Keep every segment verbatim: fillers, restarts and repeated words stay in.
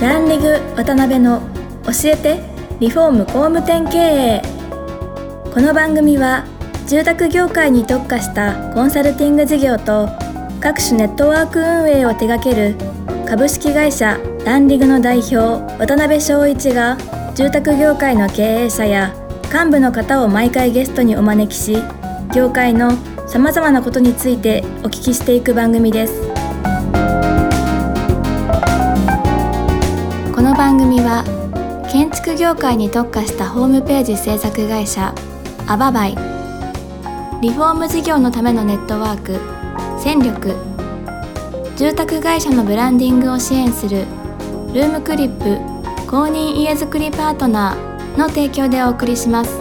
ランリグ渡辺の教えてリフォーム工務店経営。この番組は住宅業界に特化したコンサルティング事業と各種ネットワーク運営を手掛ける株式会社ランリグの代表渡辺翔一が住宅業界の経営者や幹部の方を毎回ゲストにお招きし、業界のさまざまなことについてお聞きしていく番組です。この番組は建築業界に特化したホームページ制作会社アババイ、リフォーム事業のためのネットワーク戦力、住宅会社のブランディングを支援するルームクリップ公認家づくりパートナーの提供でお送りします。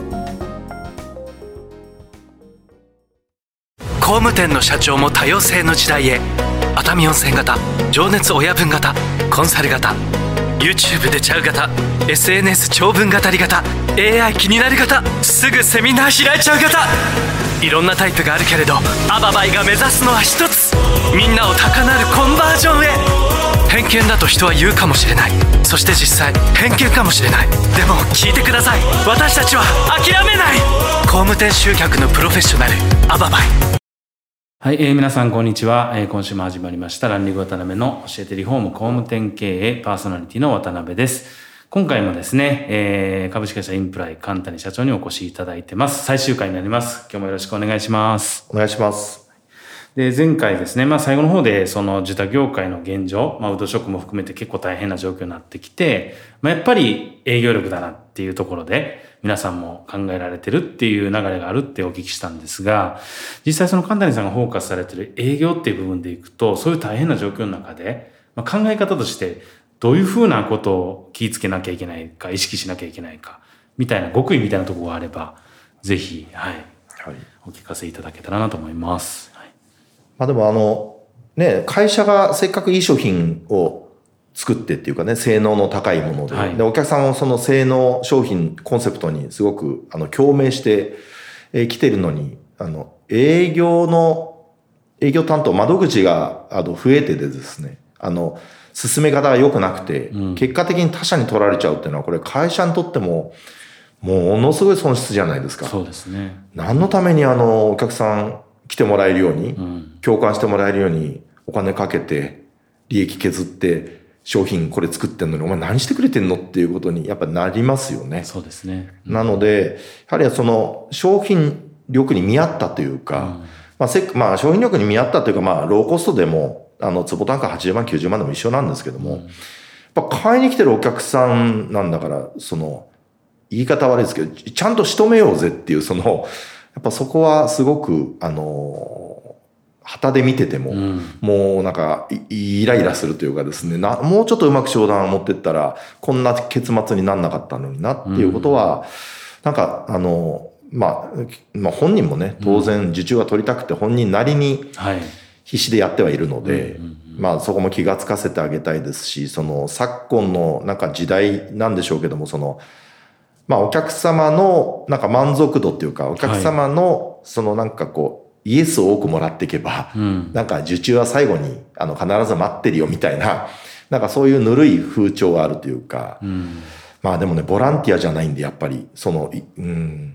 工務店の社長も多様性の時代へ。熱海温泉型、情熱親分型、コンサル型、 YouTube 出ちゃう型、 エスエヌエス 長文語り型、 エーアイ 気になる型、すぐセミナー開いちゃう型、いろんなタイプがあるけれどアババイが目指すのは一つ、みんなを高鳴るコンバージョンへ。偏見だと人は言うかもしれない、そして実際偏見かもしれない。でも聞いてください、私たちは諦めない。工務店集客のプロフェッショナルアババイ。 はい、えー、皆さんこんにちは、えー、今週も始まりましたランリグ渡辺の教えてリフォーム工務店経営、パーソナリティの渡辺です。今回もですね、えー、株式会社インプライ神谷社長にお越しいただいてます。最終回になります。今日もよろしくお願いします。 お願いします。 で、前回ですね、まあ最後の方でその住宅業界の現状、まあウッドショックも含めて結構大変な状況になってきて、まあやっぱり営業力だなっていうところで皆さんも考えられてるっていう流れがあるってお聞きしたんですが、実際その神谷さんがフォーカスされてる営業っていう部分でいくと、そういう大変な状況の中で、まあ、考え方としてどういうふうなことを気をつけなきゃいけないか、意識しなきゃいけないかみたいな極意みたいなところがあればぜひ、はい、はい、お聞かせいただけたらなと思います。はい、 まあでもあのね、会社がせっかくいい商品を作ってっていうかね、性能の高いもので、はい、でお客さんもその性能商品コンセプトにすごくあの共鳴してえー、来てるのに、あの営業の営業担当窓口があの増えてでですね、あの進め方が良くなくて、うん、結果的に他社に取られちゃうっていうのはこれ会社にとってもものすごい損失じゃないですか。 そうですね。 何のためにあのお客さん来てもらえるように、うん、共感してもらえるようにお金かけて利益削って商品これ作ってんのにお前何してくれてんのっていうことにやっぱなりますよね。 そうですね。うん、 なのでやはりその商品力に見合ったというか、うん、まあせまあ商品力に見合ったというか、まあローコストでもあの坪単価はちじゅうまんきゅうじゅうまんでも一緒なんですけども、うん、やっぱ買いに来てるお客さんなんだから、その言い方悪いですけどちゃんと仕留めようぜっていうそのやっぱそこはすごくあの旗で見てても、うん、もうなんかイライラするというかですね、なもうちょっとうまく商談を持ってったらこんな結末になんなかったのになっていうことは、うん、なんかあの、まあ、まあ本人もね当然受注は取りたくて本人なりに必死でやってはいるので、うんうんうん、まあそこも気がつかせてあげたいですし、その昨今のなんか時代なんでしょうけども、そのまあお客様のなんか満足度っていうか、お客様のそのなんかこうイエスを多くもらっていけば、うん、なんか受注は最後にあの必ず待ってるよみたいな、なんかそういうぬるい風潮があるというか、うん、まあでもねボランティアじゃないんでやっぱりその、うん、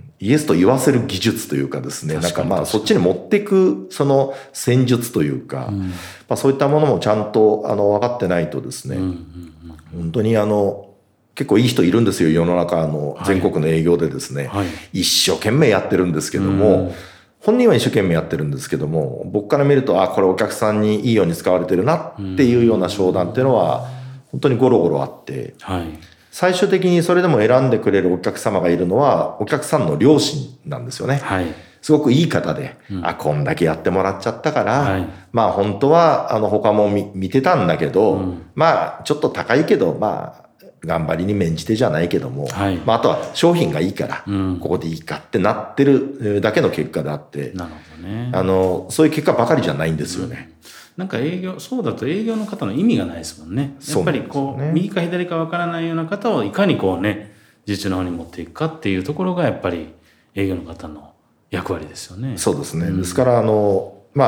イエスと言わせる技術というかですね、なんかまあそっちに持っていくその戦術というか、うん、まあそういったものもちゃんとあの分かってないとですね、うんうんうん、本当にあの結構いい人いるんですよ世の中の全国の営業でですね、はいはい、一生懸命やってるんですけども、うん、本人は一生懸命やってるんですけども、僕から見るとあこれお客さんにいいように使われてるなっていうような商談っていうのは本当にゴロゴロあって、はい、最終的にそれでも選んでくれるお客様がいるのはお客さんの良心なんですよね、はい、すごくいい方で、うん、あこんだけやってもらっちゃったから、はい、まあ本当はあの他も 見, 見てたんだけど、うん、まあちょっと高いけどまあ頑張りに免じてじゃないけども、はい、まあ、あとは商品がいいから、うん、ここでいいかってなってるだけの結果であって、なるほどね、あのそういう結果ばかりじゃないんですよね、 うん、なんか営業そうだと営業の方の意味がないですもんね。やっぱりこう、ね、右か左かわからないような方をいかにこうね受注の方に持っていくかっていうところがやっぱり営業の方の役割ですよね。 そうですね、うん、ですからあのまあ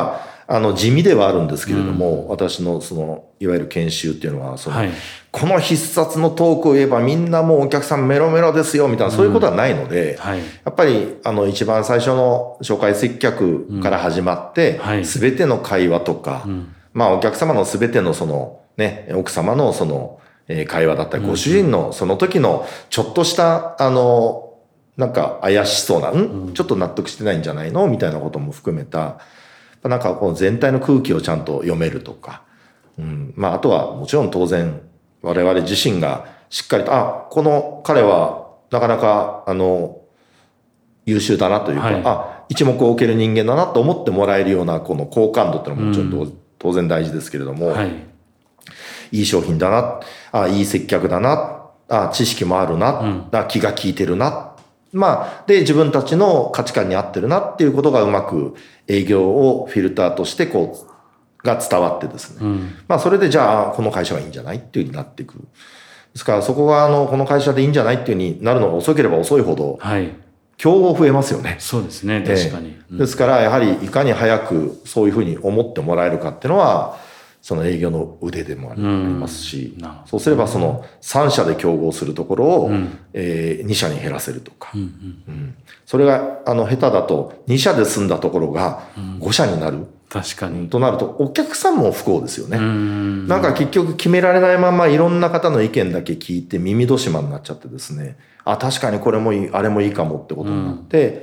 あの地味ではあるんですけれども、うん、私のそのいわゆる研修っていうのはその、はい、この必殺のトークを言えばみんなもうお客さんメロメロですよみたいなそういうことはないので、うんはい、やっぱりあの一番最初の紹介接客から始まって、うんはい、全ての会話とか、うん、まあお客様の全てのそのね奥様のその会話だったり、ご主人のその時のちょっとしたあのなんか怪しそうな、んちょっと納得してないんじゃないのみたいなことも含めたなんかこの全体の空気をちゃんと読めるとか、うん、まああとはもちろん当然我々自身がしっかりとあこの彼はなかなかあの優秀だなというか、はい、あ一目置ける人間だなと思ってもらえるようなこの好感度っていうのはもちろん、うん、当然大事ですけれども、はい、いい商品だなあいい接客だなあ知識もあるな、うん、あ気が利いてるなまあ、で自分たちの価値観に合ってるなっていうことがうまく営業をフィルターとしてこうが伝わってですね、うん、まあそれでじゃあこの会社はいいんじゃないっていうふうになっていく。ですからそこがあのこの会社でいいんじゃないっていうふうになるのが遅ければ遅いほど、はい、競合増えますよね。 そうですね確かに、 えー、ですからやはりいかに早くそういうふうに思ってもらえるかっていうのはその営業の腕でもありますし、うん、そうすればそのさん社で競合するところを、うんえー、に社に減らせるとか、うんうんうん、それがあの下手だとに社で済んだところがご社になる、うん、 確かにとなるとお客さんも不幸ですよね。うんなんか結局決められないままいろんな方の意見だけ聞いて耳戸島になっちゃってですねあ確かにこれもいいあれもいいかもってことになって、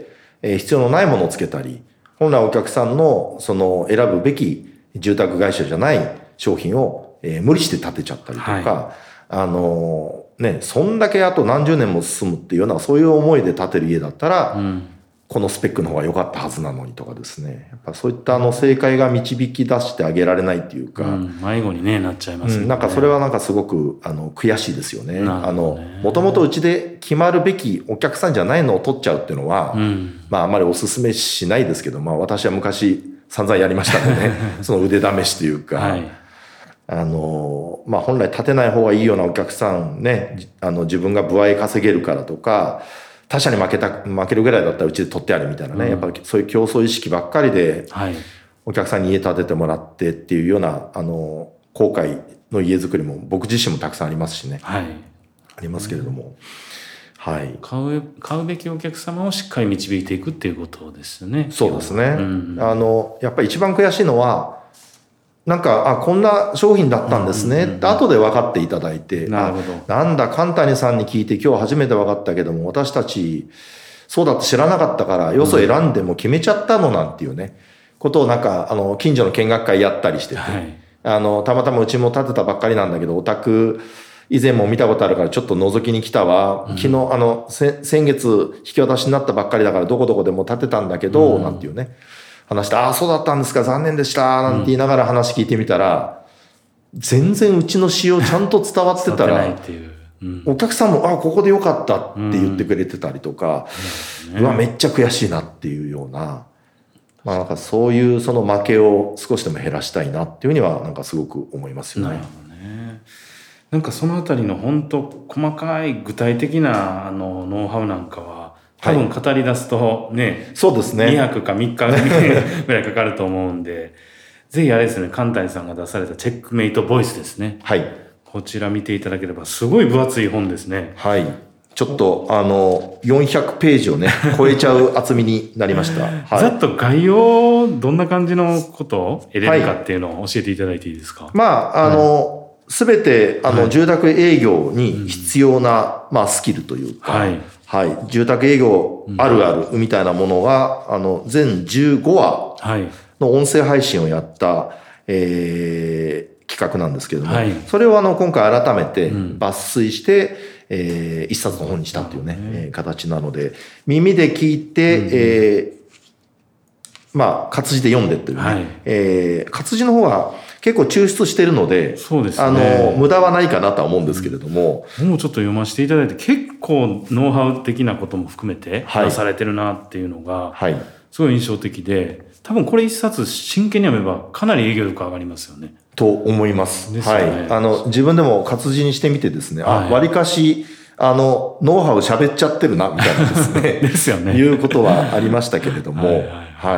うんえー、必要のないものをつけたり本来お客さんのその選ぶべき住宅会社じゃない商品を、えー、無理して建てちゃったりとか、はい、あのー、ね、そんだけあと何十年も進むっていうようなそういう思いで建てる家だったら、うん、このスペックの方が良かったはずなのにとかですねやっぱそういったあの正解が導き出してあげられないっていうか、うん、 迷子に、ね、なっちゃいますよね、 うん、なんかそれはなんかすごくあの悔しいですよね。あのもともとうちで決まるべきお客さんじゃないのを取っちゃうっていうのは、うん、まああんまりお勧めしないですけど、まあ、私は昔散々やりましたので、ね、その腕試しというか、はい、あのまあ本来立てない方がいいようなお客さんねあの自分が歩合稼げるからとか他社に負けた負けるぐらいだったらうちで取ってやるみたいなね、うん、やっぱりそういう競争意識ばっかりで、はい、お客さんに家建ててもらってっていうようなあの後悔の家づくりも僕自身もたくさんありますしね、はい、ありますけれども、うんはい、 買う、買うべきお客様をしっかり導いていくっていうことですよね。 そうですね、うん、あのやっぱり一番悔しいのはなんかあこんな商品だったんですねって、うんうんうん、後で分かっていただいてなるほどなんだ神谷さんに聞いて今日初めて分かったけども私たちそうだって知らなかったからよそ選んでも決めちゃったのなんていうね、うん、ことをなんかあの近所の見学会やったりしてて、はい、あのたまたまうちも建てたばっかりなんだけどお宅以前も見たことあるからちょっと覗きに来たわ、うん、昨日あの先月引き渡しになったばっかりだからどこどこでも建てたんだけど、うん、なんていうね話して、ああそうだったんですか残念でしたなんて言いながら話聞いてみたら、うん、全然うちの仕様ちゃんと伝わってたらっていう、うん、お客さんもあここでよかったって言ってくれてたりとか、うん、うわめっちゃ悔しいなっていうような、まあ、なんかそういうその負けを少しでも減らしたいなっていうふうにはなんかすごく思いますよね。 なるほどね。なんかそのあたりの本当細かい具体的なあのノウハウなんかは多分語り出すとね、はい、 そうですねにはくかみっかぐらいかかると思うんでぜひあれですね神谷さんが出されたチェックメイトボイスですね、はい、こちら見ていただければすごい分厚い本ですね。 はいちょっとあのよんひゃくページをね超えちゃう厚みになりました、 はい、ざっと概要どんな感じのことを得れるかっていうのを教えていただいていいですか。はい、 まああの、はいすべてあの、はい、住宅営業に必要な、うんまあ、スキルというか、はいはい、住宅営業あるあるみたいなものが、うん、あの全じゅうごわの音声配信をやった、えー、企画なんですけれども、はい、それをあの今回改めて抜粋して、うんえー、一冊の本にしたというね、えー、形なので耳で聞いて、うんえー、まあ活字で読んでっていうね、はいえー、活字の方は結構抽出しているので、そうですね、あの無駄はないかなとは思うんですけれども、 うん、もうちょっと読ませていただいて結構ノウハウ的なことも含めて出されてるなっていうのが、はい、すごい印象的で多分これ一冊真剣に読めばかなり営業力上がりますよねと思います。ですよね、はい、あの自分でも活字にしてみてですね、はい、あ割かしあのノウハウ喋っちゃってるなみたいなですねですよねいうことはありましたけれどもはい、はいはい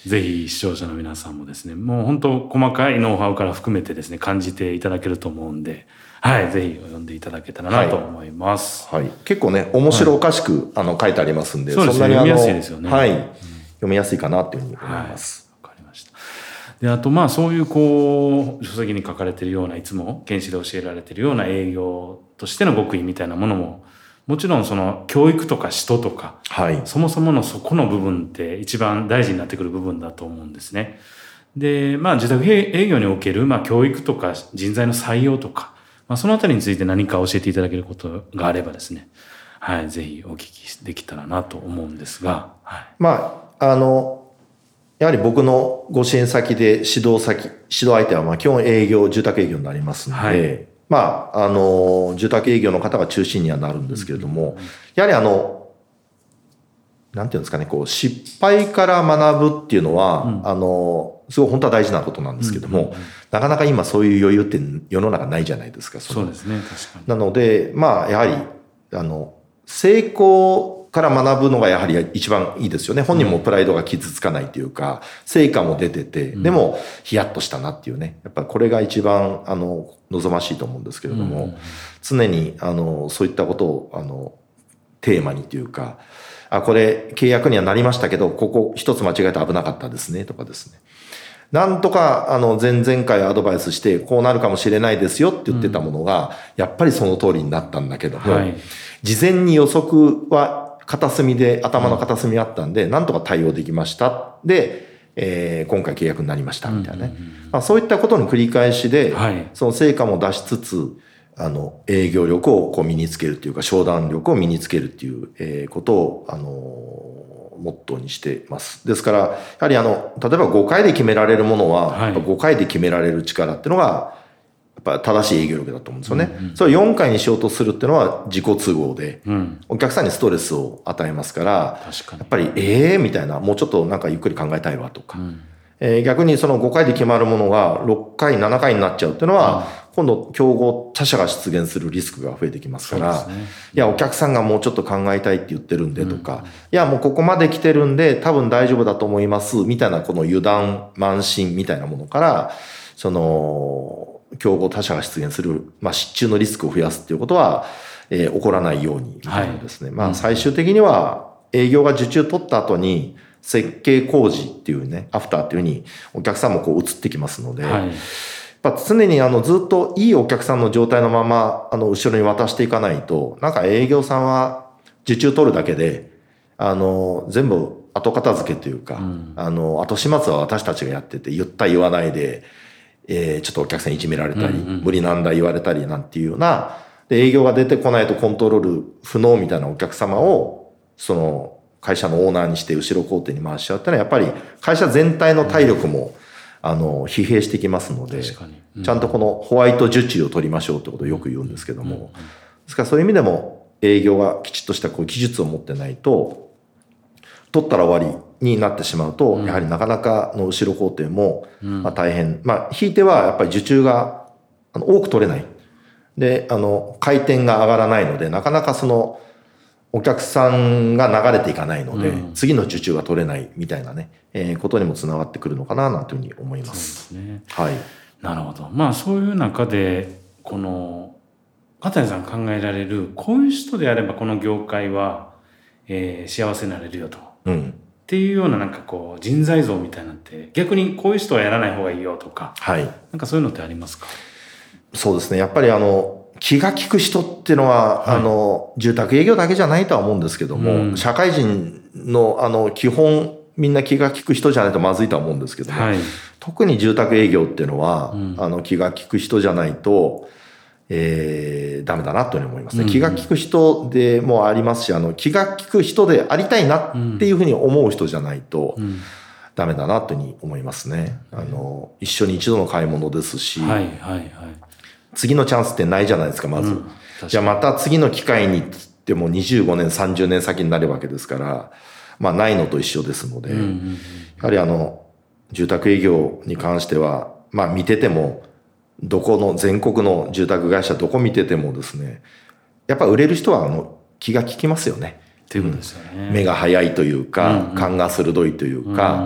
ぜひ視聴者の皆さんもですね、もう本当細かいノウハウから含めてですね、感じていただけると思うんで、はい、ぜひ読んでいただけたらなと思います。 はい。はい、結構ね、面白おかしく、はい、あの書いてありますんで、 そうですね、読みやすいですよね。 はい、うん。読みやすいかなというふうに思います。 はい、わかりました。で、あとまあそういうこう書籍に書かれているような、いつも研修で教えられているような営業としての極意みたいなものも、もちろんその教育とか人とか、はい、そもそものそこの部分って一番大事になってくる部分だと思うんですね。で、まあ自宅営業におけるまあ教育とか人材の採用とか、まあ、そのあたりについて何か教えていただけることがあればですね、はい、ぜひお聞きできたらなと思うんですが、はい、 まああのやはり僕のご支援先で指導先指導相手はまあ基本営業住宅営業になりますので、はい、まああの住宅営業の方が中心にはなるんですけれども、うんうんうん、やはりあのなんていうんですかね、こう失敗から学ぶっていうのは、うん、あのすごい本当は大事なことなんですけども、うんうんうん、なかなか今そういう余裕って世の中ないじゃないですか。 そうですね、確かに。 なのでまあやはりあの成功から学ぶのがやはり一番いいですよね。本人もプライドが傷つかないというか、成果も出てて、でもヒヤッとしたなっていうね、やっぱりこれが一番あの望ましいと思うんですけれども、うん、常にあのそういったことをあのテーマにというか、あ、これ契約にはなりましたけど、ここ一つ間違えて危なかったですねとかですね。なんとかあの前々回アドバイスしてこうなるかもしれないですよって言ってたものが、やっぱりその通りになったんだけども、はい、事前に予測は片隅で頭の片隅あったんで、なんとか対応できましたで、えー、今回契約になりましたみたいなね、うんうんうん、まあ、そういったことの繰り返しで、はい、その成果も出しつつあの営業力をこう身につけるというか商談力を身につけるっていう、えー、ことをあのモットーにしています。ですからやはりあの例えばごかいで決められるものは、はい、やっぱごかいで決められる力っていうのがやっぱ正しい営業力だと思うんですよね。うんうん、それをよんかいにしようとするっていうのは自己都合で、うん、お客さんにストレスを与えますから、確かにやっぱりええー、みたいな、もうちょっとなんかゆっくり考えたいわとか、うん、えー、逆にそのごかいで決まるものがろっかいななかいになっちゃうっていうのは、うん、今度競合他社が出現するリスクが増えてきますから、ね、いやお客さんがもうちょっと考えたいって言ってるんでとか、うん、いやもうここまで来てるんで多分大丈夫だと思いますみたいな、この油断慢心みたいなものからその競合他社が出現する、まあ、失注のリスクを増やすっていうことは、えー、起こらないようにみたいなですね、はい、まあ最終的には営業が受注取った後に設計工事っていうねアフターっていうふうにお客さんもこう移ってきますので、はい、やっぱ常にあのずっといいお客さんの状態のままあの後ろに渡していかないと、なんか営業さんは受注取るだけであの全部後片付けというか、うん、あの後始末は私たちがやってて言った言わないでえー、ちょっとお客さんいじめられたり、うんうん、無理なんだ言われたりなんていうような、で営業が出てこないとコントロール不能みたいなお客様をその会社のオーナーにして後ろ工程に回しちゃうってのはやっぱり会社全体の体力も、うん、あの疲弊してきますので、うん、ちゃんとこのホワイト受注を取りましょうってことをよく言うんですけども、うんうんうん、ですからそういう意味でも営業がきちっとしたこう技術を持ってないと取ったら終わりになってしまうと、うん、やはりなかなかの後ろ工程も、まあ、大変、うん、まあひいてはやっぱり受注があの多く取れないで、あの回転が上がらないのでなかなかそのお客さんが流れていかないので、うん、次の受注が取れないみたいなね、えー、ことにもつながってくるのかななんていうふうに思います。 そうですね。 はい。 なるほど。まあそういう中でこの片谷さん考えられるこういう人であればこの業界は、えー、幸せになれるよと。うん。っていうようななんかこう人材像みたいなって逆にこういう人はやらない方がいいよとか、はい、なんかそういうのってありますか？ そうですね。やっぱりあの気が利く人っていうのは、はい、あの住宅営業だけじゃないとは思うんですけども、うん、社会人のあの基本みんな気が利く人じゃないとまずいとは思うんですけども、はい、特に住宅営業っていうのは、うん、あの気が利く人じゃないとえー、ダメだなというふうに思いますね。うんうん、気が利く人でもありますし、あの気が利く人でありたいなっていうふうに思う人じゃないとダメだなというふうに思いますね。うん、あの一緒に一度の買い物ですし、はいはいはい、次のチャンスってないじゃないですかまず。うん、じゃあまた次の機会にってもにじゅうごねんさんじゅうねん先になるわけですから、まあないのと一緒ですので、うんうんうん、やはりあの住宅営業に関してはまあ見てても。どこの全国の住宅会社どこ見ててもですね、やっぱ売れる人はあの気が利きますよね。 っていうことですよね。 目が早いというか、うんうん、勘が鋭いというか、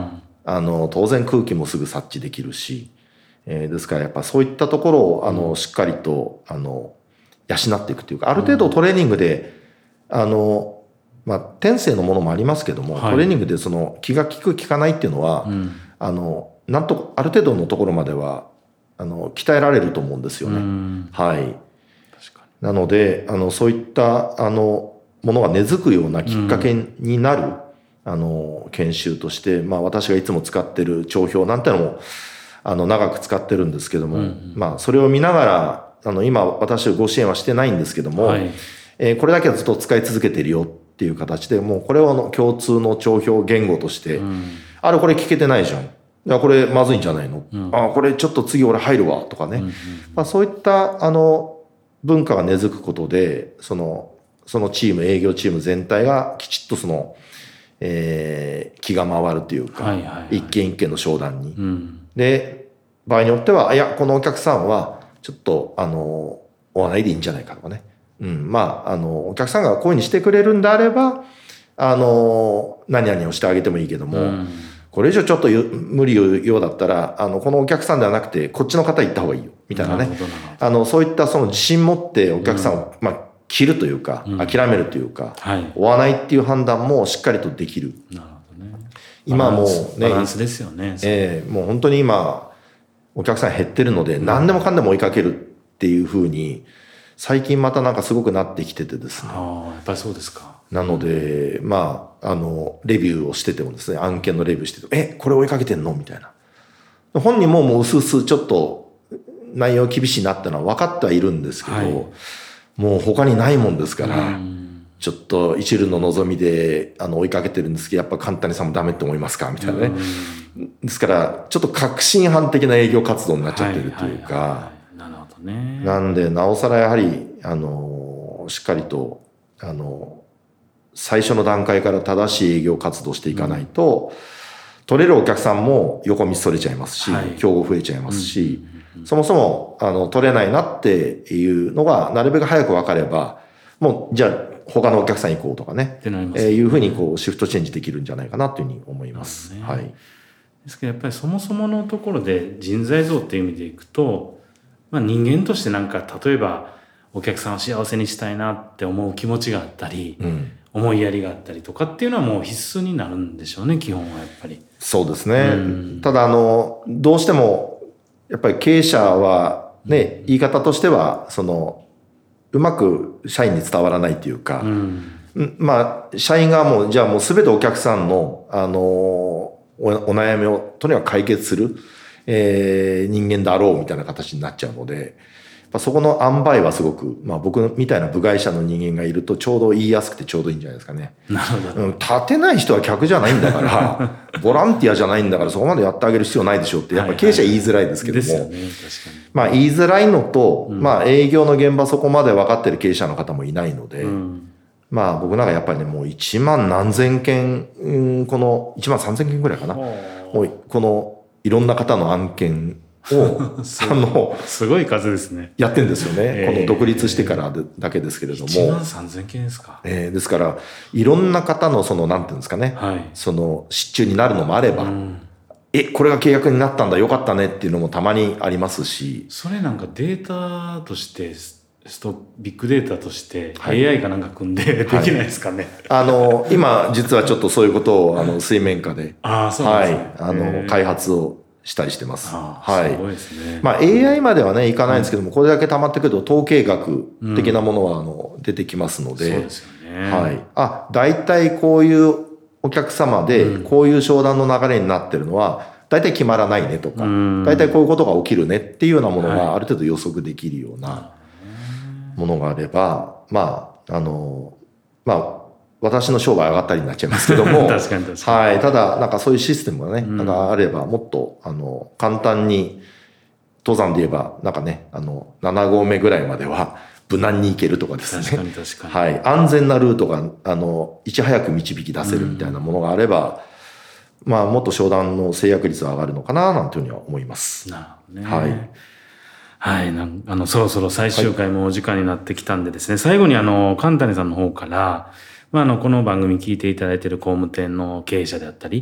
あの当然空気もすぐ察知できるし、えー、ですからやっぱそういったところをあのしっかりとあの養っていくというか、ある程度トレーニングであの、まあ、天性のものもありますけども、はい、トレーニングでその気が利く利かないっていうのは、うん、あのなんとある程度のところまではあの鍛えられると思うんですよね。うん、はい。確かに。なのであのそういったあのものが根付くようなきっかけになる、うん、あの研修として、まあ、私がいつも使ってる帳票なんてのもあの長く使ってるんですけども、うんうん、まあ、それを見ながらあの今私ご支援はしてないんですけども、はい、えー、これだけはずっと使い続けてるよっていう形で、もうこれはあの共通の帳票言語として、うん、あれこれ聞けてないじゃん、いやこれまずいんじゃないの、うん、あこれちょっと次俺入るわとかね、うんうんうん、まあ、そういったあの文化が根付くことで、そのそのチーム営業チーム全体がきちっとその、えー、気が回るというか、はいはいはい、一件一件の商談に、うん、で場合によっては、いやこのお客さんはちょっとあの追わないでいいんじゃないかとかね、うん、まああのお客さんがこういうふうにしてくれるんであればあの何々をしてあげてもいいけども、うん、これ以上ちょっと無理ようだったらあのこのお客さんではなくてこっちの方行った方がいいよみたいなね、あのそういったその自信持ってお客さんを、うん、まあ切るというか、うん、諦めるというか、はい、追わないっていう判断もしっかりとできる。なるほどね。今もうね、 バランスですよね。 えー、もう本当に今お客さん減ってるので、うん、何でもかんでも追いかけるっていう風に最近またなんかすごくなってきててですね。 ああ、やっぱりそうですか。 なので、まああのレビューをしててもですね、案件のレビューしてても、えこれ追いかけてんのみたいな。本人ももう薄々ちょっと内容厳しいなってのは分かってはいるんですけど。はい、もう他にないもんですから、うん、ちょっと一縷の望みであの追いかけてるんですけど、やっぱ簡単にさんもダメって思いますかみたいなね、うん、ですからちょっと確信犯的な営業活動になっちゃってるというか、はいはいはい、なるほどね。なんでなおさらやはりあのしっかりとあの最初の段階から正しい営業活動していかないと、うん、取れるお客さんも横道それちゃいますし、はい、競合増えちゃいますし、うんそもそもあの取れないなっていうのがなるべく早く分かれば、もうじゃあ他のお客さん行こうとかね、ってなりますね、えー、いうふうにこうシフトチェンジできるんじゃないかなというふうに思います。ね、はい。 ですけどやっぱりそもそものところで人材像っていう意味でいくと、まあ、人間としてなんか例えばお客さんを幸せにしたいなって思う気持ちがあったり、うん、思いやりがあったりとかっていうのはもう必須になるんでしょうね、基本はやっぱり。 そうですね。うん、ただあのどうしてもやっぱり経営者はね、言い方としてはそのうまく社員に伝わらないというか、うん、まあ社員がもうじゃあもう全てお客さんのあのお、お悩みをとにかく解決する、えー、人間だろうみたいな形になっちゃうので、そこの塩梅はすごく、まあ、僕みたいな部外者の人間がいるとちょうど言いやすくてちょうどいいんじゃないですかね。 なるほど。 うん、立てない人は客じゃないんだからボランティアじゃないんだからそこまでやってあげる必要ないでしょうってやっぱ経営者言いづらいですけども、はいはい、ですよね、確かに。まあ言いづらいのと、うん、まあ営業の現場そこまで分かってる経営者の方もいないので、うん、まあ僕なんかやっぱりねもういちまん何千件、うん、このいちまんさんぜんけんぐらいかな、もうこのいろんな方の案件をあのすごい数ですね。 やってんですよね、えー、この独立してからだけですけれども、いちまんさんぜんけんですか。 えー、ですからいろんな方のそのなんていうんですかね、はい、その失注になるのもあれば、うん、えこれが契約になったんだよかったねっていうのもたまにありますし、 それなんかデータとしてストビッグデータとして エーアイ かなんか組んで、はい、できないですかね、 はい、あの今実はちょっとそういうことをあの水面下であそうなんですね、 はい、あの開発をしたりしてます。 ああ、はい。すごいですね。 まあ エーアイ まではねいかないんですけども、うん、これだけ溜まってくると統計学的なものはあの出てきますので、 うん、そうですよね。 はい。あ、大体こういうお客様でこういう商談の流れになってるのは大体決まらないねとか、うん、大体こういうことが起きるねっていうようなものがある程度予測できるようなものがあれば、まああのまあ私の商売上がったりになっちゃいますけども確かに確かに、 はい、ただなんかそういうシステムがね、うん、なんかあればもっとあの簡単に登山で言えばなんかねあのなな合目ぐらいまでは無難に行けるとかですね、 確かに確かに、 はい、安全なルートがあのいち早く導き出せるみたいなものがあれば、うん、まあもっと商談の制約率は上がるのかななんていうふうには思います。 なるほどね。はい、はい、なんあのそろそろ最終回もお時間になってきたんでですね、はい、最後にあの神谷さんの方からまあ、あのこの番組聞いていただいている工務店の経営者であったり、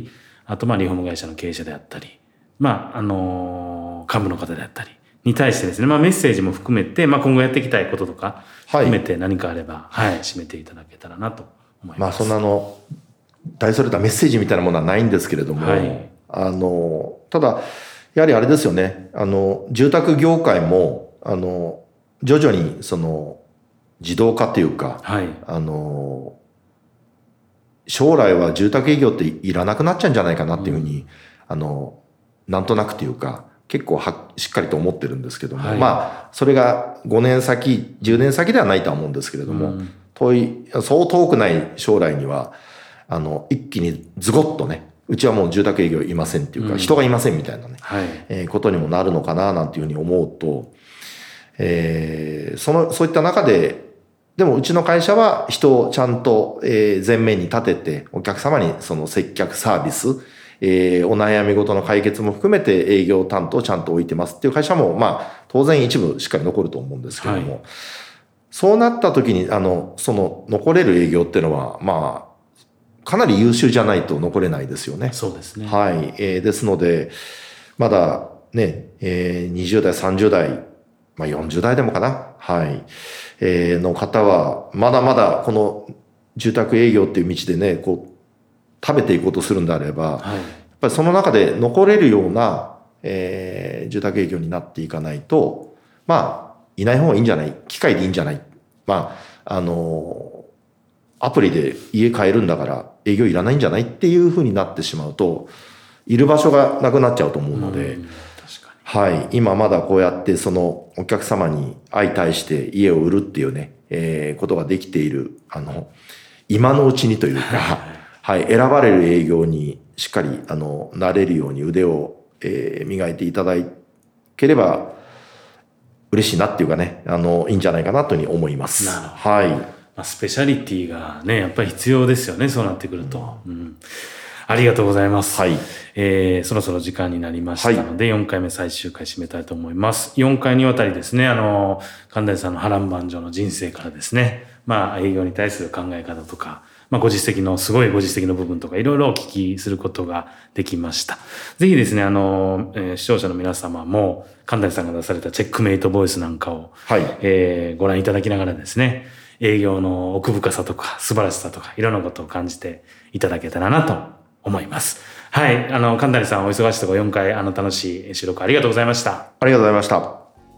あとまあリフォーム会社の経営者であったり、まああの幹部の方であったりに対してですね、まあ、メッセージも含めて、まあ、今後やっていきたいこととか含めて何かあれば、はいはい、締めていただけたらなと思います。 まあ、そんなの大それたメッセージみたいなものはないんですけれども、はい、あのただやはりあれですよね、あの住宅業界もあの徐々にその自動化というか、はい、あの将来は住宅営業っていらなくなっちゃうんじゃないかなっていうふうに、うん、あのなんとなくというか結構はしっかりと思ってるんですけども、はい、まあそれがごねんさきじゅうねんさきではないとは思うんですけれども、うん、遠いそう遠くない将来にはあの一気にズゴッとね、うちはもう住宅営業いませんっていうか、うん、人がいませんみたいなね、はい、えー、ことにもなるのかななんていうふうに思うと、えー、そのそういった中ででもうちの会社は人をちゃんと、えー、前面に立ててお客様にその接客サービス、えー、お悩み事の解決も含めて営業担当をちゃんと置いてますっていう会社もまあ当然一部しっかり残ると思うんですけども、はい、そうなった時にあのその残れる営業っていうのはまあかなり優秀じゃないと残れないですよね。 そうですね。 はい。えー、ですので、まだね、えー、にじゅうだい、さんじゅうだい、まあよんじゅうだいでもかな。はい。えー、の方は、まだまだこの住宅営業っていう道でね、こう、食べていこうとするんであれば、はい、やっぱりその中で残れるような、えー、住宅営業になっていかないと、まあ、いない方がいいんじゃない、機械でいいんじゃない。まあ、あのー、アプリで家買えるんだから営業いらないんじゃないっていう風になってしまうといる場所がなくなっちゃうと思うので、うん確かにはい、今まだこうやってそのお客様に相対して家を売るっていうね、えー、ことができているあの今のうちにというか、はい、選ばれる営業にしっかりあのなれるように腕を、えー、磨いていただければ嬉しいなっていうかね、あのいいんじゃないかなというふうに思います。 なるほど。はい。まあ、スペシャリティがねやっぱり必要ですよね、そうなってくると、うん、ありがとうございます、はい、えー、そろそろ時間になりましたので、はい、よんかいめ最終回締めたいと思います。よんかいにわたりですね、あの神谷さんの波乱万丈の人生からですね、まあ営業に対する考え方とか、まあ、ご実績のすごいご実績の部分とかいろいろお聞きすることができました。ぜひですね、あの、えー、視聴者の皆様も神谷さんが出されたチェックメイトボイスなんかを、はい、えー、ご覧いただきながらですね、営業の奥深さとか素晴らしさとかいろんなことを感じていただけたらなと思います。はい、あの神谷さんお忙しいところよんかいあの楽しい収録ありがとうございました。 ありがとうございました。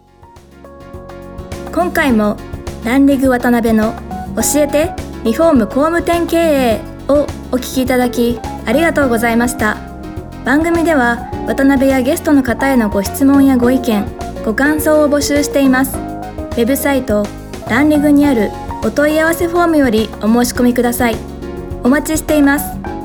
今回もランリグ渡辺の教えてリフォーム工務店経営をお聞きいただきありがとうございました。番組では渡辺やゲストの方へのご質問やご意見ご感想を募集しています。ウェブサイトランリグにあるお問い合わせフォームよりお申し込みください。お待ちしています。